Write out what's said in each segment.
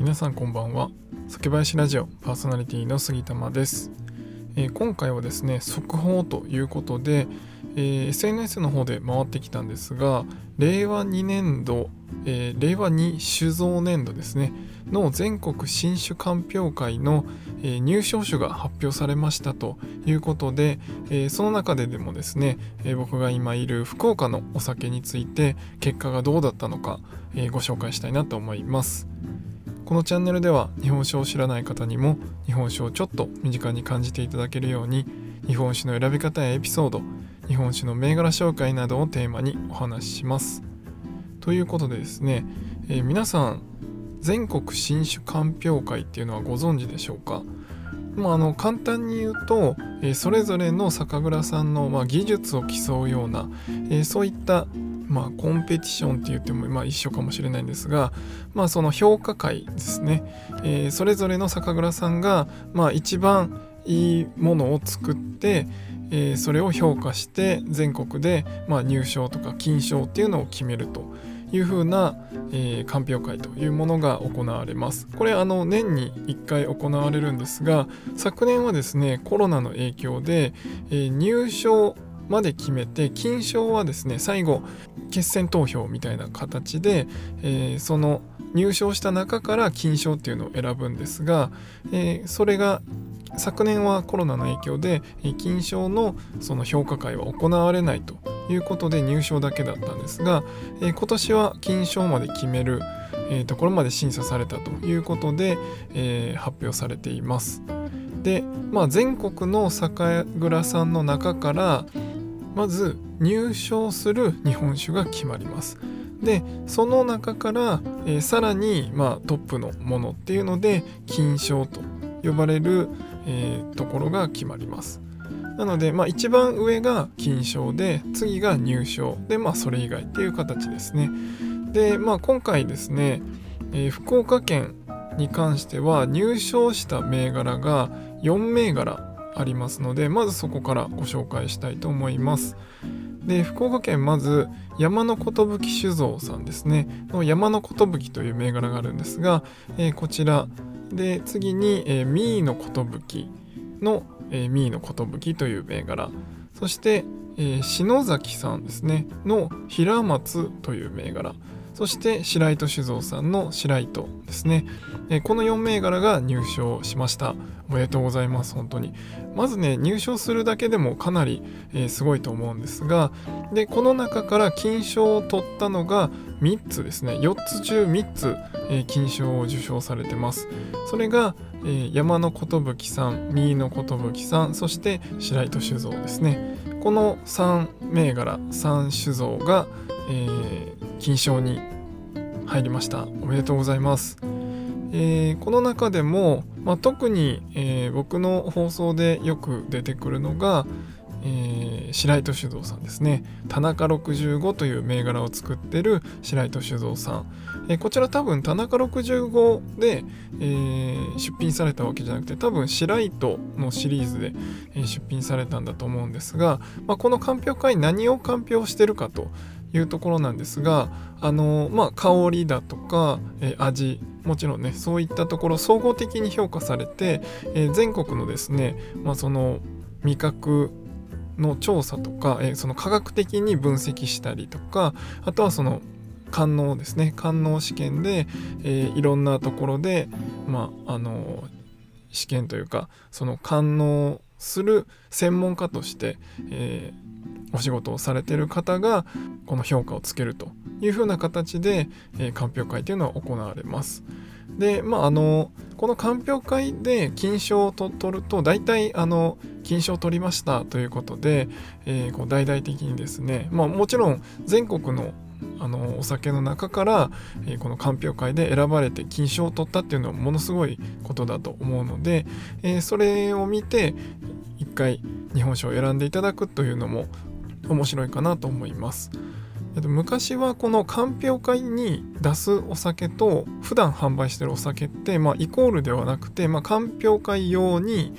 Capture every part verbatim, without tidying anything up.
皆さんこんばんは。酒林ラジオパーソナリティの杉玉です。えー、今回はですね速報ということで、えー、エスエヌエス の方で回ってきたんですが、れいわにねんど、えー、れいわに酒造年度ですねの全国新酒鑑評会の、えー、入賞酒が発表されましたということで、えー、その中ででもですね、えー、僕が今いる福岡のお酒について結果がどうだったのか、えー、ご紹介したいなと思います。このチャンネルでは日本酒を知らない方にも日本酒をちょっと身近に感じていただけるように、日本酒の選び方やエピソード、日本酒の銘柄紹介などをテーマにお話しします。ということでですね、えー、皆さん全国新酒鑑評会っていうのはご存知でしょうか。まあ、あの簡単に言うと、えー、それぞれの酒蔵さんの、まあ、技術を競うような、えー、そういったまあ、コンペティションって言ってもまあ一緒かもしれないんですが、まあ、その評価会ですね、えー、それぞれの酒蔵さんが、まあ、一番いいものを作って、えー、それを評価して全国で、まあ、入賞とか金賞っていうのを決めるというふうな、えー、鑑評会というものが行われます。これあの年にいっかい行われるんですが、昨年はですねコロナの影響で、えー、入賞まで決めて、金賞はですね最後決選投票みたいな形で、えー、その入賞した中から金賞っていうのを選ぶんですが、えー、それが昨年はコロナの影響で金賞のその評価会は行われないということで入賞だけだったんですが、えー、今年は金賞まで決める、えー、ところまで審査されたということで、えー、発表されています。で、まあ、全国の酒蔵さんの中からまず入賞する日本酒が決まります。でその中から、えー、さらに、まあ、トップのものっていうので金賞と呼ばれる、えー、ところが決まります。なので、まあ、一番上が金賞で次が入賞で、まあ、それ以外っていう形ですね。で、まあ、今回ですね、えー、福岡県に関しては入賞した銘柄がよん銘柄ありますので、まずそこからご紹介したいと思います。で福岡県、まず山の寿酒造さんですねの山の寿という銘柄があるんですが、えー、こちらで次に、えー、三井の寿の、えー、三井の寿という銘柄、そして、えー、篠崎さんですねの平松という銘柄、そして白糸酒造さんの白糸ですね、えー、このよん銘柄が入賞しました。おめでとうございます。本当にまずね入賞するだけでもかなり、えー、すごいと思うんですが、でこの中から金賞を取ったのがみっつですね。よっつ中みっつ、えー、金賞を受賞されてます。それが、えー、山の寿さん、三井の寿さん、そして白糸酒造ですね。このさん銘柄さん酒造が、えー、金賞に入りました。おめでとうございます。えー、この中でも、まあ、特に、えー、僕の放送でよく出てくるのが、えー、白糸酒造さんですね。田中ろくじゅうごという銘柄を作ってる白糸酒造さん、えー、こちら多分田中ろくじゅうごで、えー、出品されたわけじゃなくて、多分白糸のシリーズで、えー、出品されたんだと思うんですが、まあ、この鑑評会何を鑑評してるかというところなんですが、あのまあ、香りだとか、えー、味、もちろんねそういったところ総合的に評価されて、えー、全国のですね、まあ、その味覚の調査とか、えー、その科学的に分析したりとか、あとはその官能ですね、官能試験で、えー、いろんなところで、まああの試験というかその官能する専門家として、えー、お仕事をされている方がこの評価をつけるというふうな形で、えー、鑑評会というのは行われます。で、まあ、あのこの鑑評会で金賞を取ると大体あの金賞を取りましたということで、えー、こう大々的にですね、まあ、もちろん全国のあのお酒の中から、えー、この鑑評会で選ばれて金賞を取ったっていうのはものすごいことだと思うので、えー、それを見て一回日本酒を選んでいただくというのも面白いかなと思います。昔はこの鑑評会に出すお酒と普段販売してるお酒って、まあ、イコールではなくて、まあ、鑑評会用に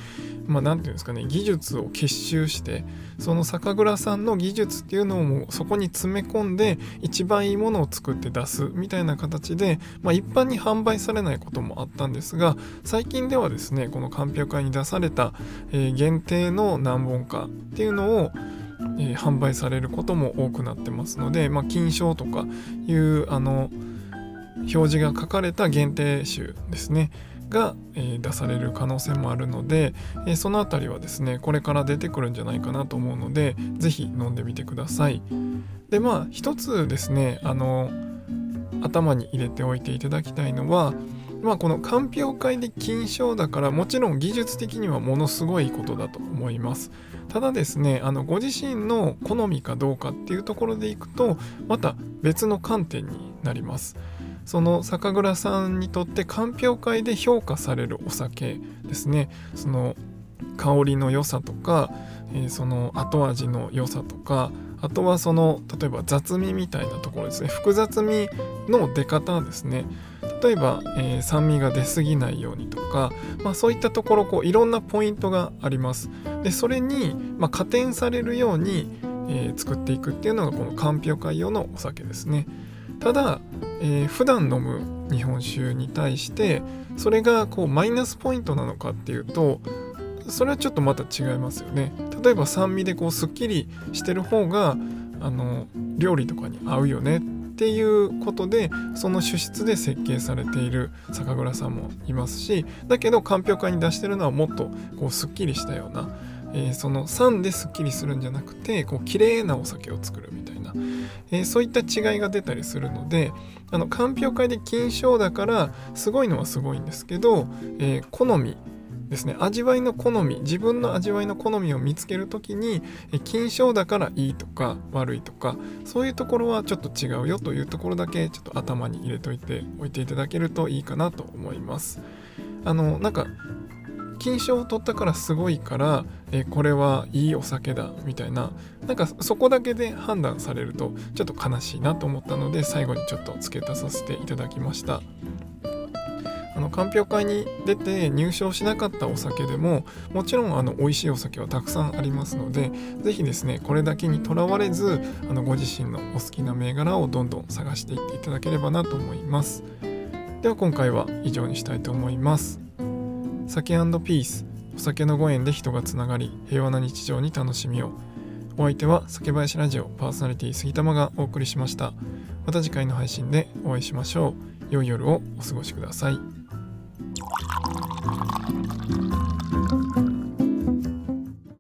まあ何て言うんですかね、技術を結集して、その酒蔵さんの技術っていうのをもうそこに詰め込んで一番いいものを作って出すみたいな形で、まあ、一般に販売されないこともあったんですが、最近ではですねこの鑑評会に出された、えー、限定の何本かっていうのを、えー、販売されることも多くなってますので、まあ、金賞とかいうあの表示が書かれた限定種ですねが、えー、出される可能性もあるので、えー、そのあたりはですねこれから出てくるんじゃないかなと思うので、ぜひ飲んでみてください。でまあ一つですねあの頭に入れておいていただきたいのは、まあ、この鑑評会で金賞だからもちろん技術的にはものすごいことだと思います。ただですねあのご自身の好みかどうかっていうところでいくとまた別の観点になります。その酒蔵さんにとって鑑評会で評価されるお酒ですね、その香りの良さとか、えー、その後味の良さとか、あとはその例えば雑味みたいなところですね、複雑味の出方ですね、例えば、えー、酸味が出過ぎないようにとか、まあ、そういったところこういろんなポイントがあります。でそれに、まあ、加点されるように、えー、作っていくっていうのがこの鑑評会用のお酒ですね。ただ、えー、普段飲む日本酒に対してそれがこうマイナスポイントなのかっていうと、それはちょっとまた違いますよね。例えば酸味でこうすっきりしてる方があの料理とかに合うよねっていうことで、その主質で設計されている酒蔵さんもいますし、だけど鑑評会に出してるのはもっとこうすっきりしたような、えー、その酸ですっきりするんじゃなくてこう綺麗なお酒を作るみたいな、えー、そういった違いが出たりするので、あの鑑評会で金賞だからすごいのはすごいんですけど、えー、好みですね、味わいの好み、自分の味わいの好みを見つけるときに金賞だからいいとか悪いとか、そういうところはちょっと違うよというところだけちょっと頭に入れといておいていただけるといいかなと思います。あのなんか金賞を取ったからすごいからえこれはいいお酒だみたいな、なんかそこだけで判断されるとちょっと悲しいなと思ったので、最後にちょっと付け足させていただきました。あの鑑評会に出て入賞しなかったお酒でももちろんあの美味しいお酒はたくさんありますので、ぜひですねこれだけにとらわれずあのご自身のお好きな銘柄をどんどん探していっていただければなと思います。では今回は以上にしたいと思います。酒&ピース、お酒のご縁で人がつながり平和な日常に楽しみを。お相手は酒林ラジオパーソナリティ杉玉がお送りしました。また次回の配信でお会いしましょう。良い夜をお過ごしください。